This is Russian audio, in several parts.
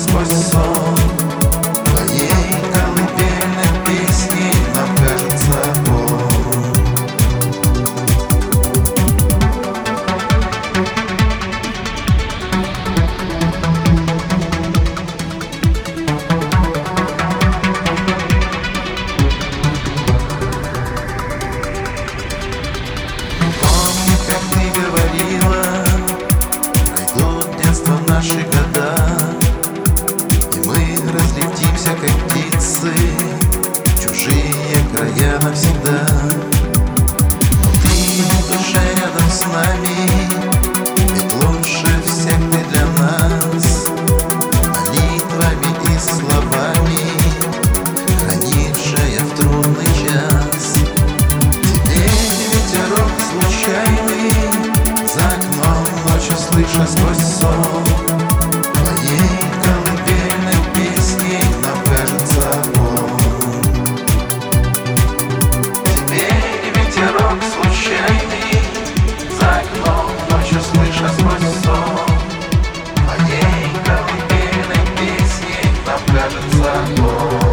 сквозь сон. Твоей колыбельной песни нам кажется он. Помню, как ты говорила, пройдут детство наши года, и мы разлетимся, как птицы, в чужие края навсегда. Но ты в душе рядом с нами, ведь лучше всех ты для нас. Молитвами и словами, хранившая в трудный час. Теперь ветерок случайный за окном ночью слыша сквозь сон. Твоей колыбельной песней нам кажется он. Теперь ветерок случайный за окном ночью слыша сквозь сон. Твоей колыбельной песней нам кажется он.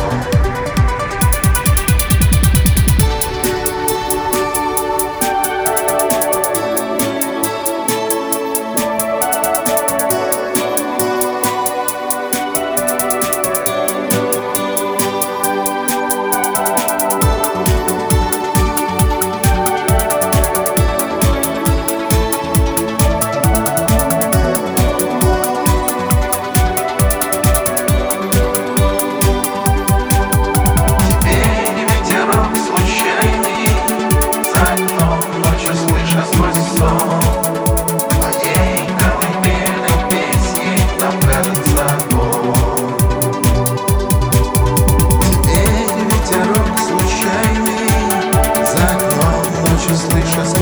Случайный за окном ночью слыша